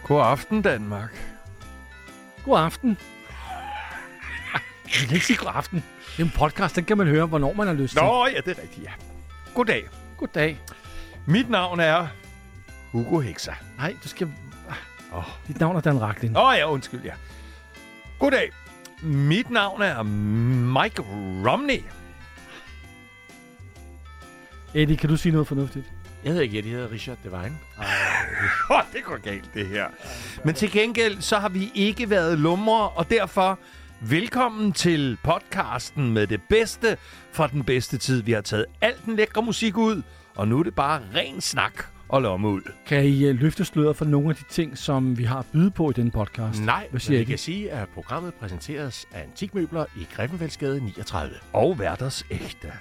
God aften, Danmark. God aften. Jeg vil ikke sige god aften. Det er en podcast, den kan man høre, hvornår man har lyst til. Nå, ja, det er rigtigt, ja. Goddag. Goddag. Mit navn er Hugo Hekser. Nej, du skal... Dit navn er Dan Rachlin. Ja, undskyld, ja. Goddag. Mit navn er Mike Romney. Eddie, kan du sige noget fornuftigt? Jeg hedder ikke Eddie, jeg hedder Richard Devine. Det går galt, det her. Men til gengæld, så har vi ikke været lumre, og derfor velkommen til podcasten med det bedste fra den bedste tid. Vi har taget al den lækre musik ud, og nu er det bare ren snak og lommeuld. Kan I løfte sløret for nogle af de ting, som vi har at byde på i denne podcast? Nej, hvad siger jeg I? kan sige, at programmet præsenteres af Antikmøbler i Griffenfeldsgade 39. Og hverdags ægte.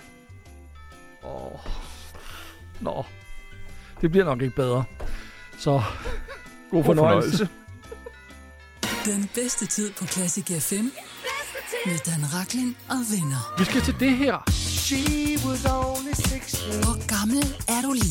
Nå, det bliver nok ikke bedre. Så god fornøjelse. Den bedste tid på Classic FM med Dan Rachlin og venner. Vi skal til det her. Hvor gammel er du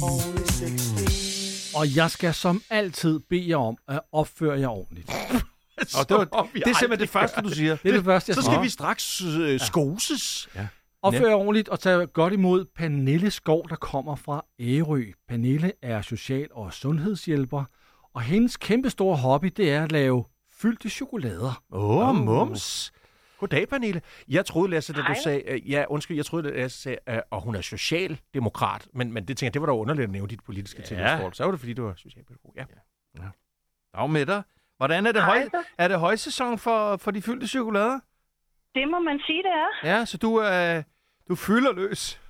lige? Og jeg skal som altid bede jer om at opføre jer ordentligt. Og det er simpelthen det første, du siger. Det er det første, jeg Så siger. skal vi straks skoses. Ja. Opfør jer ordentligt og tag godt imod Pernille Skov, der kommer fra Ærø. Pernille er social- og sundhedshjælper, og hendes kæmpestore hobby, det er at lave fyldte chokolader. Mums. Goddag, Pernille. Jeg troede, Lasse, da du sagde... jeg troede, Lasse sagde, og hun er socialdemokrat. Men det tænkte jeg, det var da underligt at nævne dit politiske tilhørsforhold. Så var det, fordi du var socialpædagog. Ja. Dag med dig. Hvordan er det er det højsæson for de fyldte chokolader? Det må man sige, det er. Ja, så du fylder løs.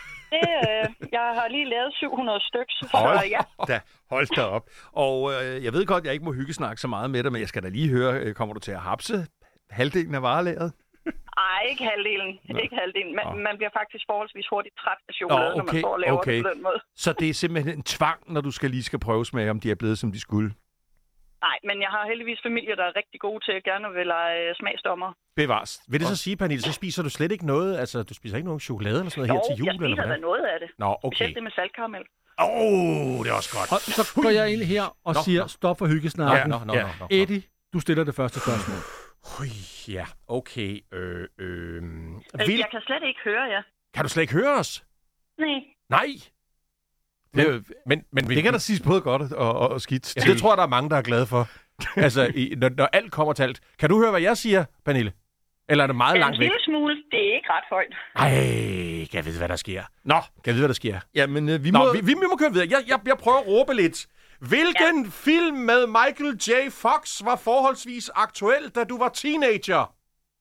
Jeg har lige lavet 700 stykker. Hold da op. Og jeg ved godt, jeg ikke må hyggesnakke så meget med dig, men jeg skal da lige høre, kommer du til at hapse halvdelen af varelageret? Nej, ikke halvdelen. Ikke halvdelen. Man bliver faktisk forholdsvis hurtigt træt af chokolade, når man står og laver det på den måde. Så det er simpelthen en tvang, når du skal prøve smage, om de er blevet, som de skulle? Nej, men jeg har heldigvis familier, der er rigtig gode til at gerne vil lege smagsdommer. Bevares. Vil det så sige, Pernille, så spiser du slet ikke noget? Altså, du spiser ikke nogen chokolade eller sådan noget her til jul? Jeg spiser da noget af det. Nå, okay. Specielt det med saltkaramel. Det er også godt. Og så går jeg ind her og siger, stop for hyggesnakken. Nå. Eddie, du stiller det første spørgsmål. Ja, okay. Jeg kan slet ikke høre jer. Kan du slet ikke høre os? Nej. Men Det kan der siges både godt og skidt. Ja, det tror jeg, der er mange, der er glade for. Altså, når alt kommer til alt. Kan du høre, hvad jeg siger, Pernille? Eller er det meget langt væk? En lille smule. Det er ikke ret højt. Ej, kan jeg vide, hvad der sker? Kan jeg vide, hvad der sker? Ja, men vi må køre videre. Jeg prøver at råbe lidt. Hvilken film med Michael J. Fox var forholdsvis aktuel, da du var teenager?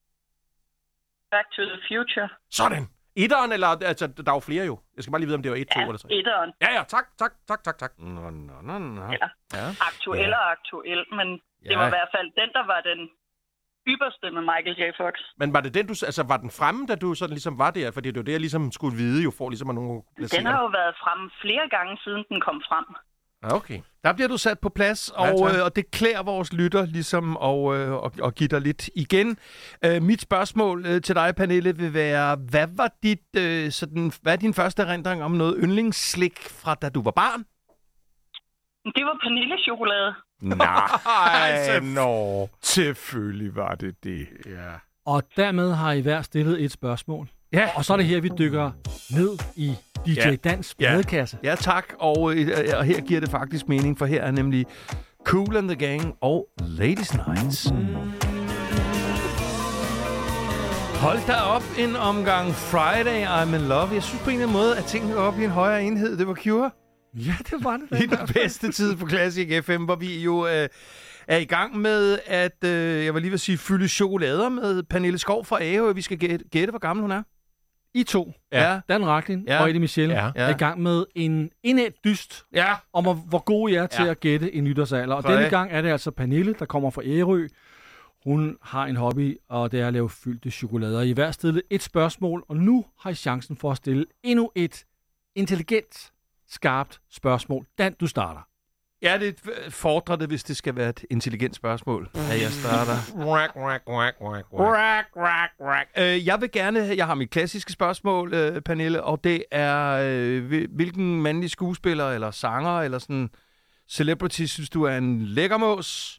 Back to the Future. Sådan. Etteren, eller... Altså, der er jo flere jo. Jeg skal bare lige vide, om det var 1, 2 eller 3. Etteren. Ja, tak. Nå. Ja. Aktuel og aktuel, men det var i hvert fald den, der var den ypperste med Michael J. Fox. Men var det den, var den fremme, da du sådan ligesom var der? Fordi det var det, jeg ligesom skulle vide, jo, for ligesom at nogen placere. Den har jo været fremme flere gange, siden den kom frem. Okay. Der bliver du sat på plads, og det klæder vores lytter ligesom at give dig lidt igen. Mit spørgsmål til dig, Pernille, vil være, hvad er din første erindring om noget yndlingsslik fra da du var barn? Det var Pernille-chokolade. Nej, selvfølgelig var det det. Ja. Og dermed har I hver stillet et spørgsmål. Ja. Og så er det her, vi dykker ned i DJ Dans badekasse. Ja, tak. Og her giver det faktisk mening, for her er nemlig Kool and the Gang og Ladies Nights. Hold da op en omgang Friday I'm in Love. Jeg synes på en eller anden måde, at tingene var op i en højere enhed. Det var Cure. Ja, det var det. I den bedste tid på Classic FM, hvor vi jo er i gang med at, jeg vil lige vil sige, fylde chokolader med Pernille Skov fra Ærø. Vi skal gætte, hvor gammel hun er. I to, Dan Rachlin og Eddie Michel, er i gang med en indædt dyst om, hvor gode I er til at gætte en nytårsalder. Og denne gang er det altså Pernille, der kommer fra Ærø. Hun har en hobby, og det er at lave fyldte chokolader. I hver stille et spørgsmål, og nu har I chancen for at stille endnu et intelligent, skarpt spørgsmål. Dan, du starter. Ja, det fordrer det, hvis det skal være et intelligent spørgsmål, at jeg starter. Jeg vil gerne, jeg har mit klassiske spørgsmål, Pernille, og det er, hvilken mandlig skuespiller eller sanger eller sådan celebrity synes du er en lækkermås?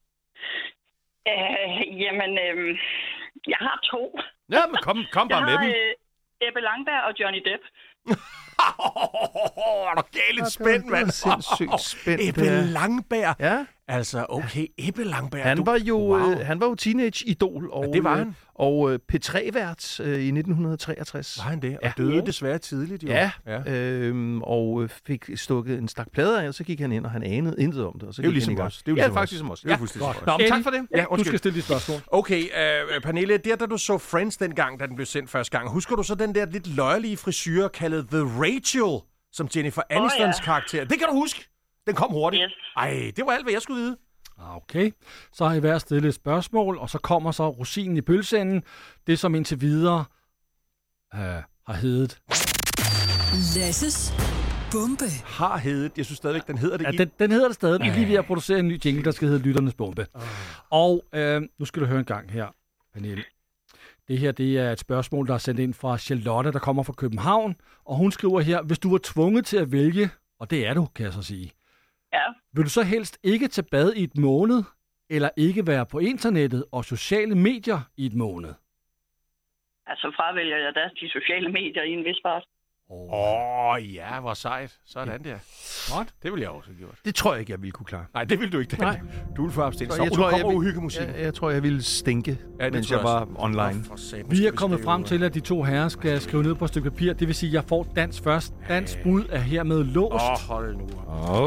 Jeg har 2. Ja, men kom bare med dem. Ebbe Langberg og Johnny Depp. Er du galt spændt, mand? Sindssygt spændt. Ebbe Langberg. Ja. Altså, okay, Ebbe Langberg. Han var jo teenage-idol. Og, det var han. Og P3-vært i 1963. Var han det? Og døde desværre tidligt, jo. Ja. Og fik stukket en stak plader af, og så gik han ind, og han anede intet om det. Og så det er jo ligesom os. Det er jo ligesom faktisk som os. Det er fuldstændig os. Nå, tak for det. Ja, du skal stille de spørgsmål. Okay, Pernille, da du så Friends dengang, da den blev sendt første gang, husker du så den der lidt løjerlige frisyre, kaldet The Rachel, som Jennifer Anistons karakter? Det kan du huske. Den kom hurtigt. Yes. Ej, det var alt, hvad jeg skulle vide. Okay, så har I hver stillet et spørgsmål, og så kommer så rosinen i pølseenden, det som indtil videre har heddet Lasses Bombe. Har heddet. Jeg synes stadigvæk, den hedder det. Ja, den hedder det stadig. Vi er lige ved at producere en ny jingle, der skal hedde Lytternes Bombe. Og nu skal du høre en gang her, Pernille. Det her, det er et spørgsmål, der er sendt ind fra Charlotte, der kommer fra København. Og hun skriver her, hvis du var tvunget til at vælge, og det er du, kan jeg så sige. Ja. Vil du så helst ikke tage bad i et måned, eller ikke være på internettet og sociale medier i et måned? Altså fravælger jeg da de sociale medier i en vis fart. Ja, hvor sejt. Sådan der. Godt. Det ville jeg også have gjort. Det tror jeg ikke, jeg ville kunne klare. Nej, det ville du ikke. Nej. Du ville få abstinens. Jeg tror, kommer uhyggemusik. Jeg tror, jeg ville stinke, mens jeg var online. Vi er kommet frem til, at de to herrer skal skrive ned på et stykke papir. Det vil sige, at jeg får dans først. Dans bud er hermed låst. Hold nu.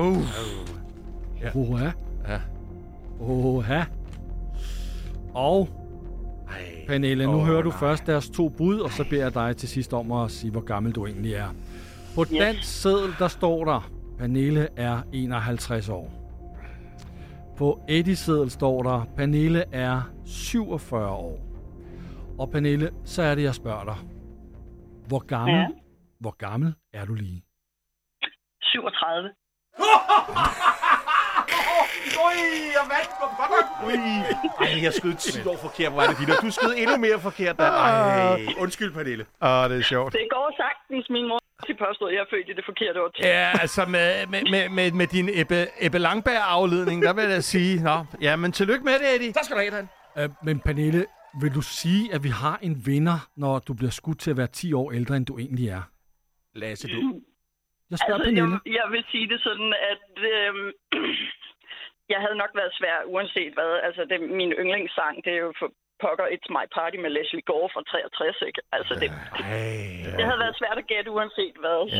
Oha. Og Pernille, nu hører du først deres 2 bud, og så beder jeg dig til sidst om at sige, hvor gammel du egentlig er. På dansk seddel, der står der, Pernille er 51 år. På Eddies seddel står der, Pernille er 47 år. Og Pernille, så er det, jeg spørger dig. Hvor gammel er du lige? 37. Jeg vandt godt. Ej, jeg skød 10 år forkert. Hvor er det, du skød endnu mere forkert. Undskyld, Pernille. Det er sjovt. Det går sagtens, min mor til påstået, jeg er født i det forkerte år. Ja, altså med din Ebbe Langberg-afledning, der vil jeg sige, men tillykke med det, Eddie. Så skal du have den. Men Pernille, vil du sige, at vi har en vinder, når du bliver skudt til at være 10 år ældre, end du egentlig er? Lasse, du. Jeg spørger Pernille. Jeg vil sige det sådan, at jeg havde nok været svær, uanset hvad. Altså, min yndlingssang, det er jo for pokker It's My Party med Leslie Gore fra 63, ikke? Altså, det havde været svært at gætte, uanset hvad. Så.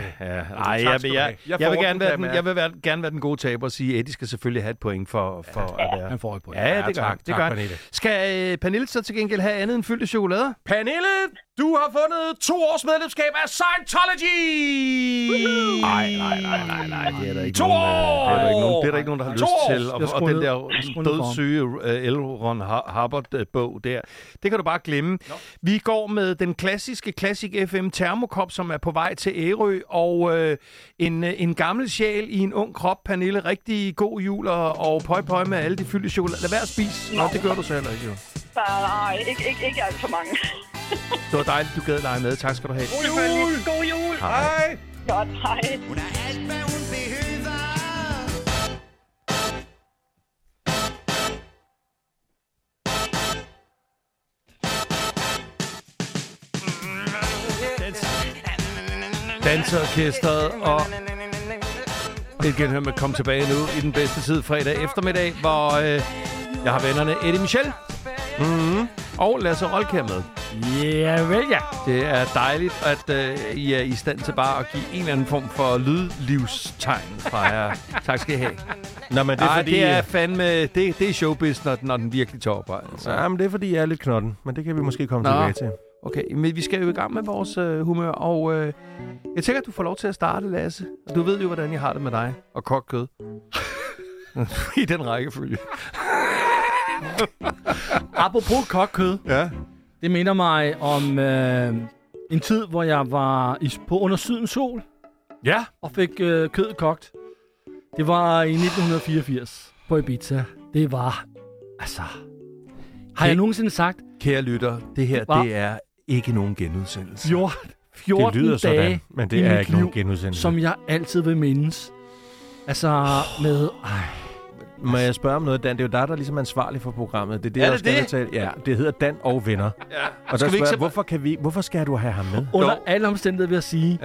Jeg vil gerne være den gode taber og sige, at Eddie skal selvfølgelig have et point for at være... Han får et point. Ja, det gør han. Skal Pernille så til gengæld have andet end fyldte chokolader? Pernille, du har fundet 2 års medlemskab af Scientology! Nej. Det er der ikke nogen. Det er der ikke nogen, der har lyst til. Og den der dødssyge L. Ron Hubbard-bog der, det kan du bare glemme. Vi går med den klassiske Classic FM termokop, som er på vej til Ærø, og en gammel sjæl i en ung krop. Pernille, rigtig god jul og pøj med alle de fyldte chokolader. Lad være at spise. Nå, det gør du så heller ikke, jo. Nej, ikke alt for mange. Det var dejligt, du gad lege med. Tak skal du have. God jul! God jul! Hej! Godt, hej. Hun er alt, hvad hun behøver. Danseorkestret og et genhør med Kom tilbage nu i den bedste tid fredag eftermiddag, hvor jeg har vennerne Eddie Michel og Lasse Rolkær med. Ja, vel ja. Det er dejligt, at I er i stand til bare at give en eller anden form for lydlivstegn fra jer. Tak skal I have. Nå, men det er fordi... det er fandme... Det er showbiz, når den virkelig topper. Altså. Ja, men det er fordi, jeg er lidt knotten. Men det kan vi måske komme tilbage til. Okay, men vi skal jo i gang med vores humør, og jeg tænker, at du får lov til at starte, Lasse. Du ved jo, hvordan jeg har det med dig og kogt kød. I den rækkefølge. Apropos kogt kød. Ja. Det minder mig om en tid, hvor jeg var på under sydens sol. Ja. Og fik kød kogt. Det var i 1984 på Ibiza. Det var, altså... Har jeg nogensinde sagt... Kære lytter, det her, det er ikke nogen genudsendelse. 14 det lyder dage sådan, men det er ikke nogen genudsendelse. som jeg altid vil mindes. Altså med... Må jeg spørge om noget, Dan? Det er jo dig, der er ligesom ansvarlig for programmet. Det er det, jeg også skal tale. Ja, det hedder Dan og Venner. Ja. Og der spørger, hvorfor skal du have ham med? Under alle omstændigheder vil jeg sige,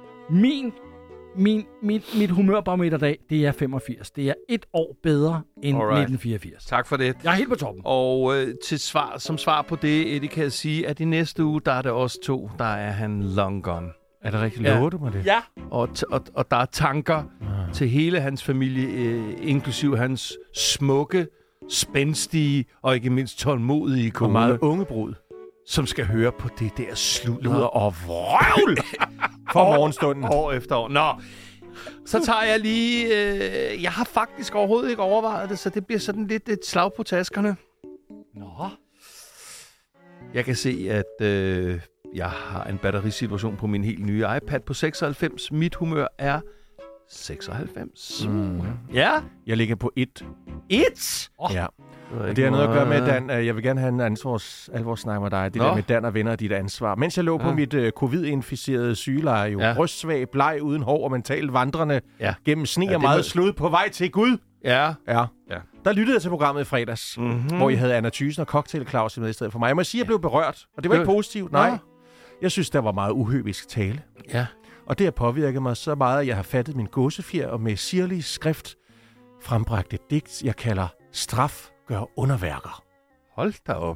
mit humørbarometerdag, det er 85. Det er 1 år bedre end 1984. Tak for det. Jeg er helt på toppen. Og som svar på det, Eddie, kan jeg sige, at i næste uge, der er det os to, der er han long gone. Er det rigtigt? Lover du mig det? Ja. Og der er tanker til hele hans familie, inklusiv hans smukke, spændstige og ikke mindst tålmodige kone. Og meget unge brud. Som skal høre på det der sludder og vrøvl for morgenstunden. År efter år. Nå, så tager jeg lige... jeg har faktisk overhovedet ikke overvejet det, så det bliver sådan lidt et slag på taskerne. Nå. Jeg kan se, at jeg har en batterisituation på min helt nye iPad på 96. Mit humør er 96. Ja. Jeg ligger på 1. 1? Ja. Det har noget at gøre med, Dan. Jeg vil gerne have en alvorssnak med dig. Det der med Dan og Venner og dit ansvar. Mens jeg lå på mit covid-inficerede sygeleje, brystsvag, bleg, uden hår og mentalt vandrende gennem sne og meget slud på vej til Gud. Ja. Der lyttede jeg til programmet i fredags, hvor jeg havde Anna Thyssen og Cocktail Claus med i stedet for mig. Jeg må sige, at jeg blev berørt, og det var ikke positivt. Nej. Jeg synes, der var meget uhøvisk tale. Ja. Og det har påvirket mig så meget, at jeg har fattet min gåsefjer og med sirlig skrift frembragt et digt, jeg kalder Straf gør underværker. Hold da op.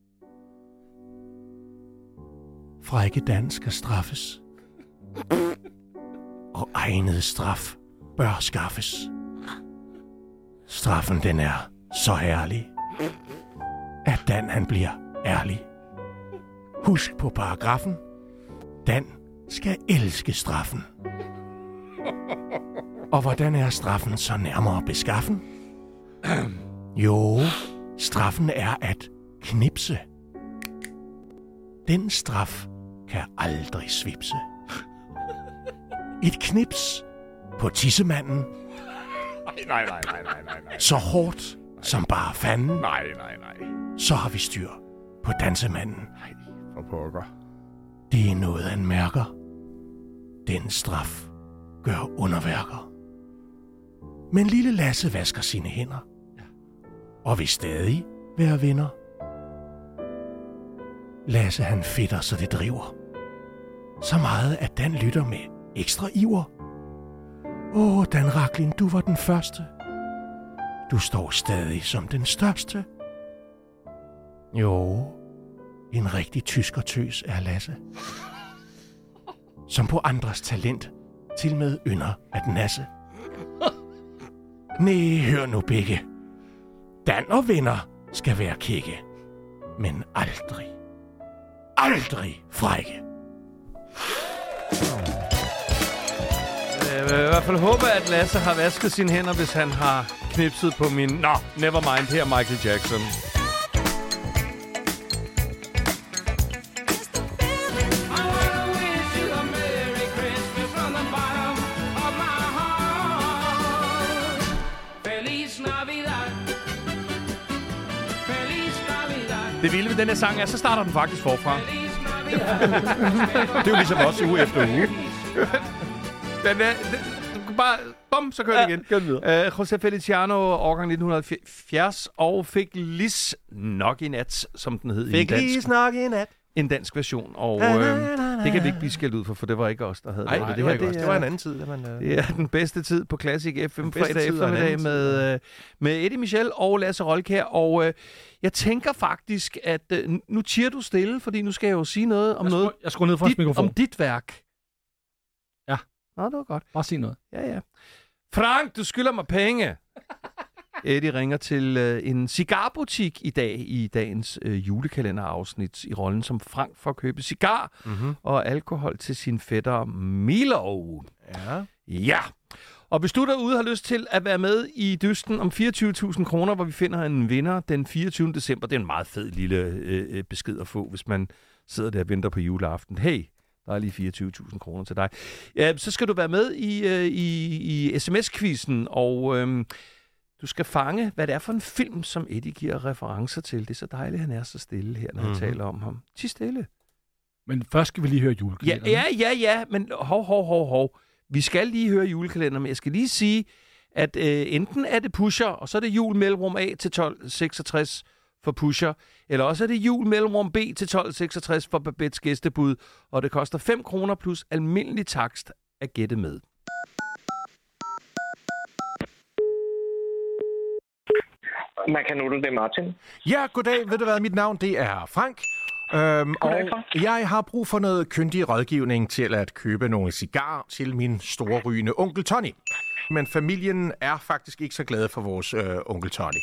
Frække Dan skal straffes. Og egnet straf bør skaffes. Straffen den er så herlig, at Dan han bliver ærlig. Husk på paragrafen. Dan skal elske straffen. Og hvordan er straffen så nærmere beskaffen? Jo, straffen er at knipse. Den straf kan aldrig svipse. Et knips på tissemanden. Nej. Så hårdt som bare fanden. Nej. Så har vi styr på dansemanden. Nej, for pokker. Det er noget, han mærker. Den straf gør underværker. Men lille Lasse vasker sine hænder. Og vil stadig være venner. Lasse han fedter, så det driver. Så meget, at Dan lytter med ekstra iver. Dan Rachlin, du var den første. Du står stadig som den største. Jo, en rigtig tyskertøs er Lasse. Som på andres talent til med ynder at nasse. Næh, hør nu begge. Dan og Venner skal være kække, men aldrig frække. Jeg vil i hvert fald håbe, at Lasse har vasket sine hænder, hvis han har knipset på min... Nå, never mind, her Michael Jackson. Det vilde ved den her sang er, så starter den faktisk forfra. Det er jo ligesom også uge efter uge. Bare, bum, så kører det igen. José Feliciano, årgang 1970, og Fik Lis nok i nat, som den hed. Fik Lis nok i nat. En dansk version, og det kan vi ikke blive skældt ud for det var ikke os, der havde det. Det var en anden tid. Det er den bedste tid på Classic FM fredag eftermiddag med Eddie Michel og Lasse Rolkjær, og jeg tænker faktisk, at nu tiger du stille, fordi nu skal jeg jo sige noget om noget. Jeg skruer ned for mikrofon. Om dit værk. Ja. Nå, det var godt. Bare sig noget. Ja. Frank, du skylder mig penge. Eddie ringer til en cigarbutik i dag, i dagens julekalenderafsnit, i rollen som Frank for at købe cigar og alkohol til sin fætter Milo. Ja. Og hvis du derude har lyst til at være med i dysten om 24.000 kroner, hvor vi finder en vinder den 24. december, det er en meget fed lille besked at få, hvis man sidder der og venter på juleaften. Hey, der er lige 24.000 kroner til dig. Så skal du være med i sms-quizzen, og du skal fange, hvad det er for en film, som Eddie giver referencer til. Det er så dejligt, han er så stille her, når han taler om ham. Ti stille. Men først skal vi lige høre julekalenderen. Ja, men hov. Vi skal lige høre julekalenderen, men jeg skal lige sige, at enten er det Pusher, og så er det jul mellemrum A til 1266 for Pusher, eller også er det jul mellemrum B til 1266 for Babettes gæstebud, og det koster 5 kroner plus almindelig takst at gætte med. Man kan nu det, Martin. Ja, goddag. Ved du hvad, mit navn det er Frank. Og jeg har brug for noget kyndig rådgivning til at købe nogle cigarer til min store rygende onkel Tony. Men familien er faktisk ikke så glade for vores onkel Tony.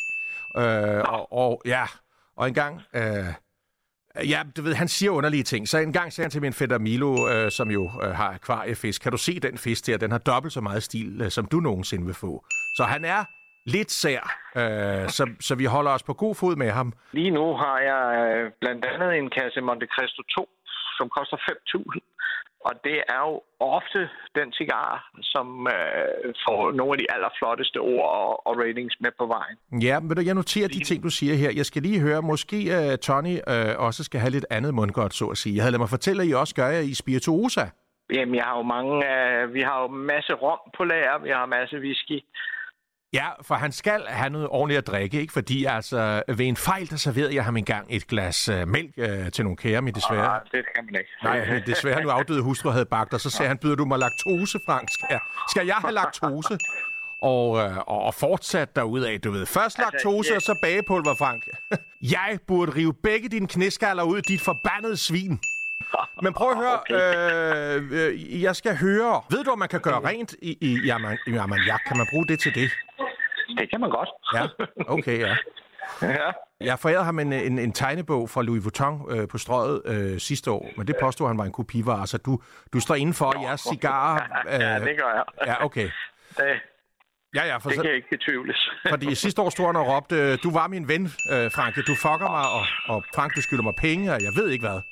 Og en gang... du ved, han siger underlige ting. Så en gang sagde han til min fætter Milo, som jo har akvariefisk, kan du se den fisk der? Den har dobbelt så meget stil, som du nogensinde vil få. Så han er lidt sær, så vi holder os på god fod med ham. Lige nu har jeg blandt andet en kasse Monte Cristo 2, som koster 5.000. Og det er jo ofte den cigar, som får nogle af de allerflotteste ord og ratings med på vejen. Ja, men jeg noterer de ting, du siger her. Jeg skal lige høre, måske Tony også skal have lidt andet mundgodt, så at sige. Jeg havde ladet mig fortælle, at I også gør jer i spirituosa. Jamen, jeg har jo vi har jo masse rom på lager, vi har masse whisky. Ja, for han skal have noget ordentligt at drikke, ikke? Fordi altså, ved en fejl, der serverede jeg ham engang et glas mælk til nogle kære, men desværre... det kan man ikke. Nej, desværre nu afdøde hustru havde bagt, og så sagde han, byder du mig laktose, Frank? Skal jeg have laktose? Og fortsat derudad, du ved. Først laktose, og så bagepulver, Frank. Jeg burde rive begge dine knæskaller ud, dit forbandede svin. Men prøv at høre, jeg skal høre. Ved du, om man kan gøre rent i Armagnac? Kan man bruge det til det? Det kan man godt. Ja, okay, ja. Jeg forærede ham en tegnebog fra Louis Vuitton på Strøget sidste år, men det påstod han var en kopivare, så du står inden for jeres cigarer. Ja, det gør jeg. Ja, okay. Det kan ikke betvivles. Fordi sidste år stod han og råbte, du var min ven, Frank, du fucker mig, og Frank, du skylder mig penge, og jeg ved ikke hvad.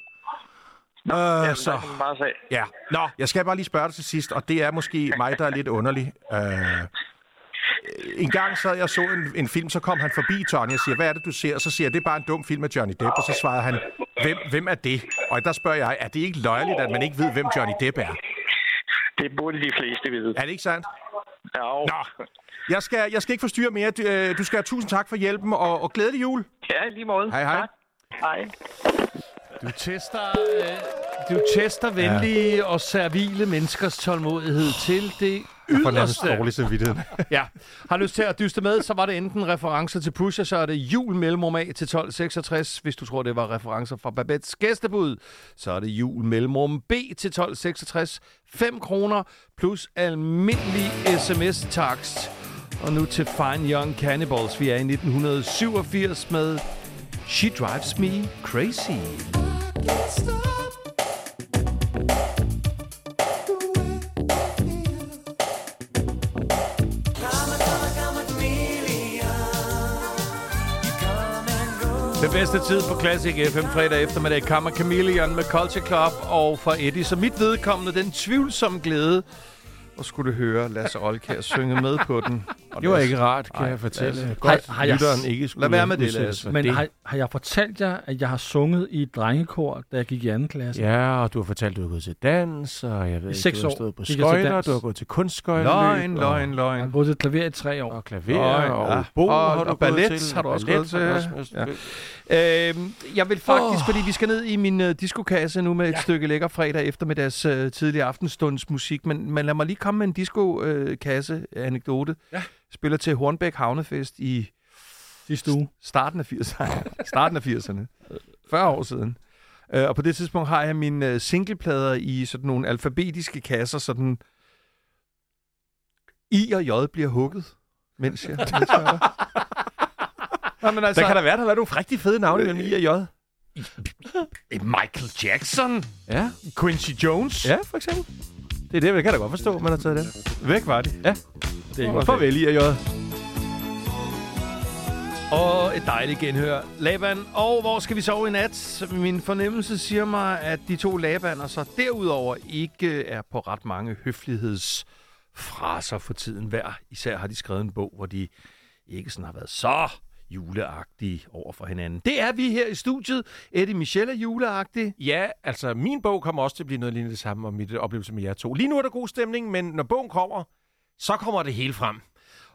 Ja. Nå, jeg skal bare lige spørge dig til sidst, og det er måske mig, der er lidt underlig. En gang sad jeg så en film, så kom han forbi Tony og siger, hvad er det, du ser? Og så siger jeg, det er bare en dum film med Johnny Depp. Og så svarede han, hvem er det? Og der spørger jeg, er det ikke løjerligt, at man ikke ved, hvem Johnny Depp er? Det burde de fleste vide. Er det ikke sandt? Ja. Nå, jeg skal ikke forstyrre mere. Du skal have tusind tak for hjælpen, og glædelig jul. Ja, lige måde. Hej. Tak. Hej. Du tester venlige og servile menneskers tålmodighed til det yderste. Dårlig samvittighed. Ja. Har lyst til at dyste med, så var det enten referencer til Pusher, så er det jul mellemrum A til 1266. Hvis du tror, det var referencer fra Babettes gæstebud, så er det jul mellemrum B til 1266. 5 kroner plus almindelig sms-takst. Og nu til Fine Young Cannibals. Vi er i 1987 med She Drives Me Crazy. Den bedste tid på Classic FM fredag eftermiddag. Kammer Chameleon med Culture Club og fra Eddie. Så mit vedkommende, den tvivlsomme glæde. Og skulle du høre Lasse Olkær synge med på den. Og det var ikke rart, kan jeg fortælle. Godt, lytteren ikke skulle. Lad være med det, Lasse. Men har jeg fortalt jer, at jeg har sunget i et drengekor, da jeg gik i 2. klasse? Ja, og du har fortalt, at du har gået til dans, og jeg ved ikke, du har stået på skøjter, du har gået til kunstskøjteløb. Løgn. Jeg har gået til klaver i 3 år. Og klaver, og bo har du ballet gået til. Har du også gået til. Jeg vil faktisk, fordi vi skal ned i min diskokasse nu med et stykke lækker fredag eftermiddags tidlige aftenstundsmusik, men lad mig lige komme med en diskokasse-anekdote. Ja. Spiller til Hornbæk Havnefest i sidste uge. Starten af 80'erne. 40 år siden. Og på det tidspunkt har jeg mine singleplader i sådan nogle alfabetiske kasser, sådan I og J bliver hugget, mens jeg men altså, der kan der være nogle rigtig fede navne mellem I og J. Michael Jackson. Ja. Quincy Jones. Ja, for eksempel. Det er det, jeg kan da godt forstå, man har taget det. Væk var de. Ja. Det er godt. Farvel, I og J. Og et dejligt genhør. Laban, og hvor skal vi sove i nat? Min fornemmelse siger mig, at de 2 Labaner så derudover ikke er på ret mange høflighedsfraser for tiden. Hver især har de skrevet en bog, hvor de ikke sådan har været så juleagtige over for hinanden. Det er vi her i studiet. Eddie Michel er juleagtig. Ja, altså min bog kommer også til at blive noget lignende det samme om mit oplevelse med jer 2. Lige nu er der god stemning, men når bogen kommer, så kommer det hele frem.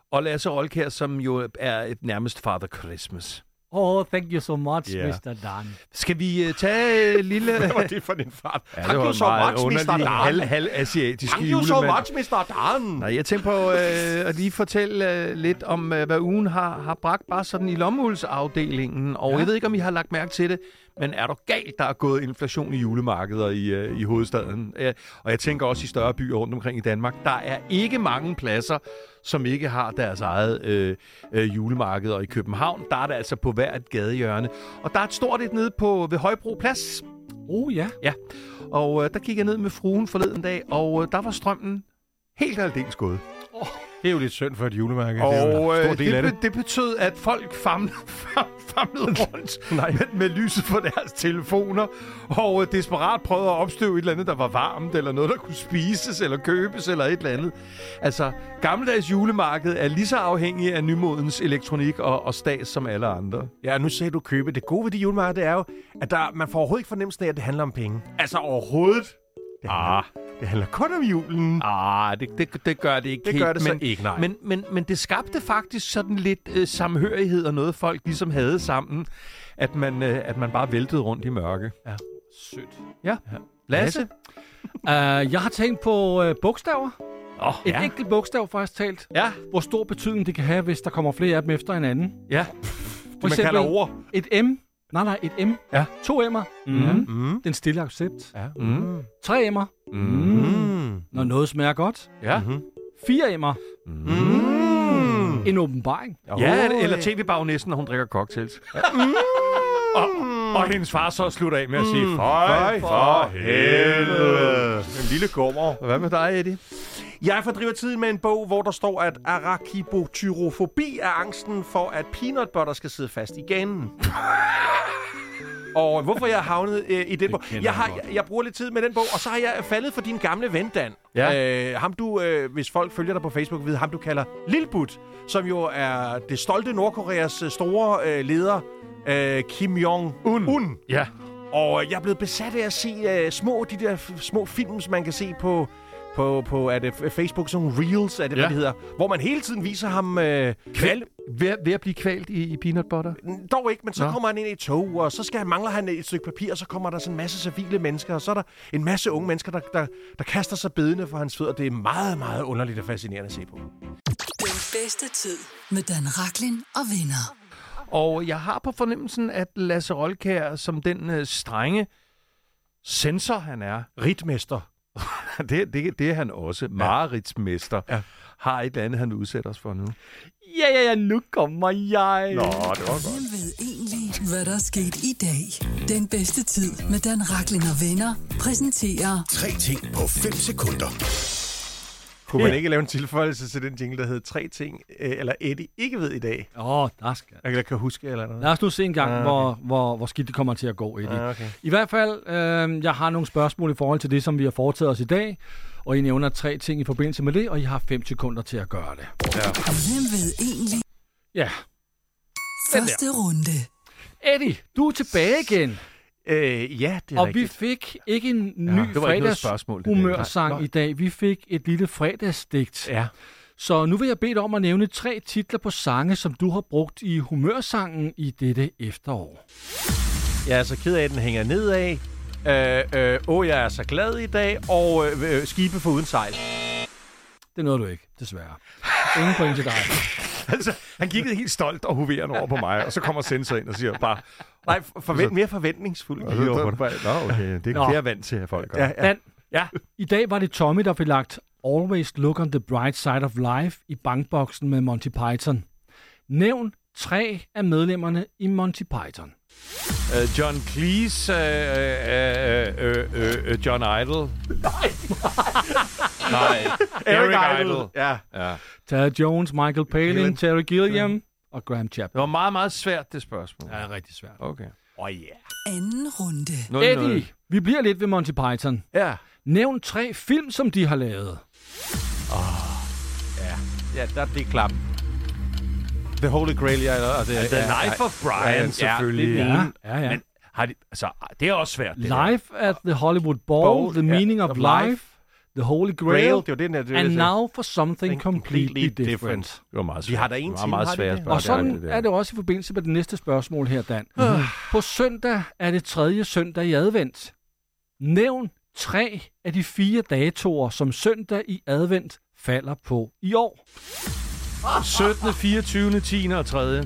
Og Lasse Rolkjær, som jo er et nærmest Father Christmas. Oh, thank you so much, Mr. Dan. Skal vi tage lille... Hvad var det for din far? Ja, thank you so much, Mr. Dan. Halv-asiatiske thank you so much, Mr. Dan. Nej, jeg tænker på at lige fortælle lidt om, hvad ugen har bragt bare sådan i lommeuldsafdelingen. Og jeg ved ikke, om I har lagt mærke til det, men er der galt, der er gået inflation i julemarkeder i hovedstaden? Og jeg tænker også i større byer rundt omkring i Danmark. Der er ikke mange pladser, som ikke har deres eget julemarked. Og i København, der er det altså på hver et gadehjørne. Og der er et stort et nede ved Højbro Plads. Ja. Ja, og der gik jeg ned med fruen forleden dag, og der var strømmen helt aldeles gået. Det er jo lidt synd for et julemarked. Og det betød, at folk famlede rundt med lyset på deres telefoner, og desperat prøvede at opstøve et eller andet, der var varmt, eller noget, der kunne spises, eller købes, eller et eller andet. Altså, gammeldags julemarked er lige så afhængig af nymodens elektronik og stas som alle andre. Ja, nu sagde du købe. Det gode ved det julemarked, det er jo, at man får overhovedet ikke fornemmelsen af, at det handler om penge. Altså overhovedet. Det handler kun om julen. Det gør det ikke det helt. Gør det så ikke, nej. Men det skabte faktisk sådan lidt samhørighed og noget, folk ligesom havde sammen, at man bare væltede rundt i mørke. Ja, sødt. Ja. Lasse? Jeg har tænkt på bogstaver. Et enkelt bogstav, faktisk talt. Ja. Hvor stor betydning det kan have, hvis der kommer flere af dem efter hinanden. Ja. For eksempel kalder ord. Et M. Nej, et M. Ja. 2 M'er. Den stille accept. Ja. 3 M'er. Når noget smager godt. Ja. 4 M'er. En åbenbaring. Ja, eller tv-bagnæsten, når hun drikker cocktails. Og hendes far så slutter af med at sige, føj for helvede. En lille gummer. Hvad med dig, Eddie? Jeg fordriver tiden med en bog, hvor der står, at arakibotyrofobi er angsten for, at peanut butter skal sidde fast i ganen. Og hvorfor jeg har havnet i den bog? Jeg bruger lidt tid med den bog, og så har jeg faldet for din gamle ven, Dan. Ja. Ham du, hvis folk følger dig på Facebook, ved ham du kalder Lilbut, som jo er det stolte Nordkoreas store leder, Kim Jong-un. Ja. Og jeg er blevet besat af at se de der små film, som man kan se på er det Facebook, sådan Reels, er det, hvad det hedder, hvor man hele tiden viser ham ved at blive kvalt i peanut butter? Dog ikke, men så kommer han ind i et tog, og så mangler han et stykke papir, og så kommer der sådan en masse civile mennesker, og så er der en masse unge mennesker, der kaster sig bedende for hans fødder. Det er meget, meget underligt og fascinerende at se på. Den bedste tid med Dan Rachlin og venner. Og jeg har på fornemmelsen, at Lasse Rolkjær, som den strenge censor han er, ritmester, det er han også, mareridtsmester, har et eller andet, han udsætter os for nu. Ja, nu kommer jeg. Nå, det var godt. Hvem ved egentlig, hvad der er sket i dag? Den bedste tid med Dan Rachlin og venner præsenterer 3 ting på 5 sekunder. Kunne man ikke lave en tilføjelse til den jingle, der hedder 3 ting, eller Eddie ikke ved i dag? Der skal jeg. Eller kan huske eller noget. Lad os nu se en gang, hvor skidt det kommer til at gå, Eddie. Okay. I hvert fald, jeg har nogle spørgsmål i forhold til det, som vi har foretaget os i dag. Og I nævner 3 ting i forbindelse med det, og I har 5 sekunder til at gøre det. Hvem ved egentlig? Ja. Første runde. Eddie, du er tilbage igen. Ja, det er og rigtigt. vi fik ikke en ny fredagshumørsang i dag. Vi fik et lille fredagsdigt. Ja. Så nu vil jeg bede dig om at nævne 3 titler på sange, som du har brugt i humørsangen i dette efterår. Jeg er så ked af, at den hænger nedad. Jeg er så glad i dag. Og skibe for uden sejl. Det nåede du ikke, desværre. Ingen point til dig. Altså, han kiggede helt stolt og hoverende over på mig, og så kommer sensor ind og siger bare... Nej, mere forventningsfuld. Okay. Det er jeg vant til, at folk gør. Ja. I dag var det Tommy, der fik lagt Always Look on the Bright Side of Life i bankboksen med Monty Python. Nævn 3 af medlemmerne i Monty Python. John Cleese, John Idle. Nej. Eric Idle. Ja. Terry Jones, Michael Palin, Terry Gilliam og Graham Chapman. Det var meget, meget svært, det spørgsmål. Ja, rigtig svært. Okay. Anden runde. Eddie, vi bliver lidt ved Monty Python. Ja. Nævn 3 film, som de har lavet. Ja, det er klart. The Holy Grail, The Life of Brian, selvfølgelig. Ja. Men det er også svært. Det Life at the Hollywood Ball, The Meaning of Life, The Holy Grail. Det var den der, And now for something completely different. Det var meget svært. Vi har der en til. Meget svært. Og sådan er det også i forbindelse med det næste spørgsmål her, Dan. På søndag er det 3. søndag i advent. Nævn 3 af de 4 datoer, som søndag i advent falder på i år. 17., 24., 10. og 3.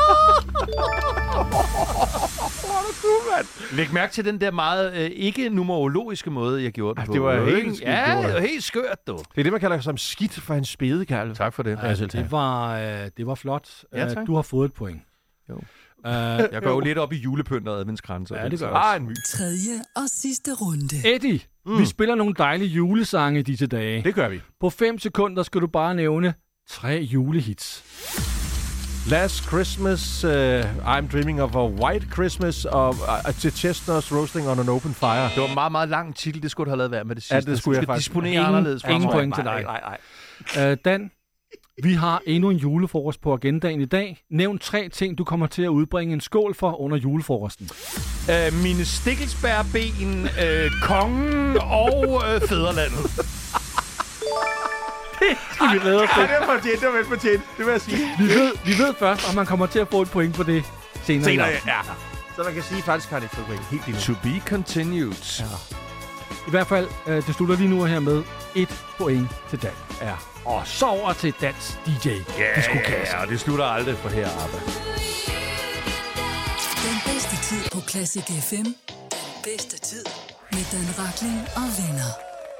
Læg mærke til den der meget ikke numerologiske måde, jeg gjorde det på. Det var helt skidt. Ja, det var helt skørt, du. Det er det, man kalder som skidt for en spedekarl. Tak for det. Det var flot. Ja, du har fået et point. Jo. Jeg går jo lidt op i julepynt og adventskranser. Ja, det gør jeg. En my. Tredje og sidste runde. Eddie, vi spiller nogle dejlige julesange disse dage. Det gør vi. På 5 sekunder skal du bare nævne 3 julehits. Last Christmas, I'm Dreaming of a White Christmas, og The Chestnuts Roasting on an Open Fire. Det var en meget, meget lang titel. Det skulle du have lavet være med det sidste. Ja, det skulle jeg faktisk. Disponere anderledes. Ingen point til dig. Nej. Dan, vi har endnu en julefrokost på agendaen i dag. Nævn 3 ting, du kommer til at udbringe en skål for under julefrokosten. Mine stikkelsbærben, kongen og fædrelandet. Det skal vi redde os til. Det var vel fortjent. Det vil jeg sige. Vi ved først, om man kommer til at få et point på det senere. Ja. Så man kan sige, faktisk har det fået point helt endnu. To be continued. Ja. I hvert fald, det slutter lige nu her med 1 point til Dan. Ja. Og så over til Dans DJ. Ja, og det slutter aldrig for her arbejde. Den bedste tid på Classic FM. Den bedste tid med Dan Rachlin og venner.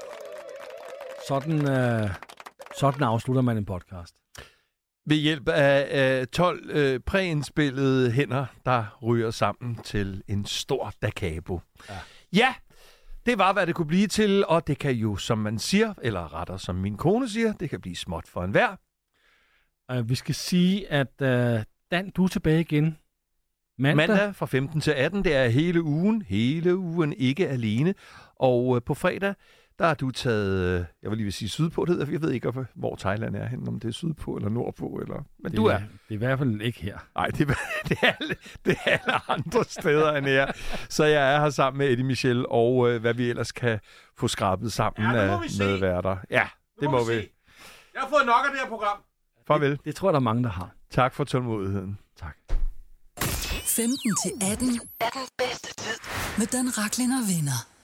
Sådan afslutter man en podcast. Ved hjælp af 12 præindspillede hænder, der ryger sammen til en stor da capo. Ja, det var, hvad det kunne blive til, og det kan jo, som man siger, eller retter som min kone siger, det kan blive småt for enhver. Vi skal sige, at Dan, du er tilbage igen. Mandag fra 15 til 18, det er hele ugen ikke alene. Og på fredag, der har du taget, jeg vil lige sige sydpå, det hedder, jeg ved ikke, hvor Thailand er henne, om det er sydpå eller nordpå, eller... Men du er... Det er i hvert fald ikke her. Nej, det er alle andre steder end her. Så jeg er her sammen med Eddie Michel, og hvad vi ellers kan få skrabet sammen af medværter. Ja, det må vi. Jeg har fået nok af det her program. Farvel. Det tror jeg, der er mange, der har. Tak for tålmodigheden. Tak. 15 til 18 er den bedste tid med Dan Rachlin og venner.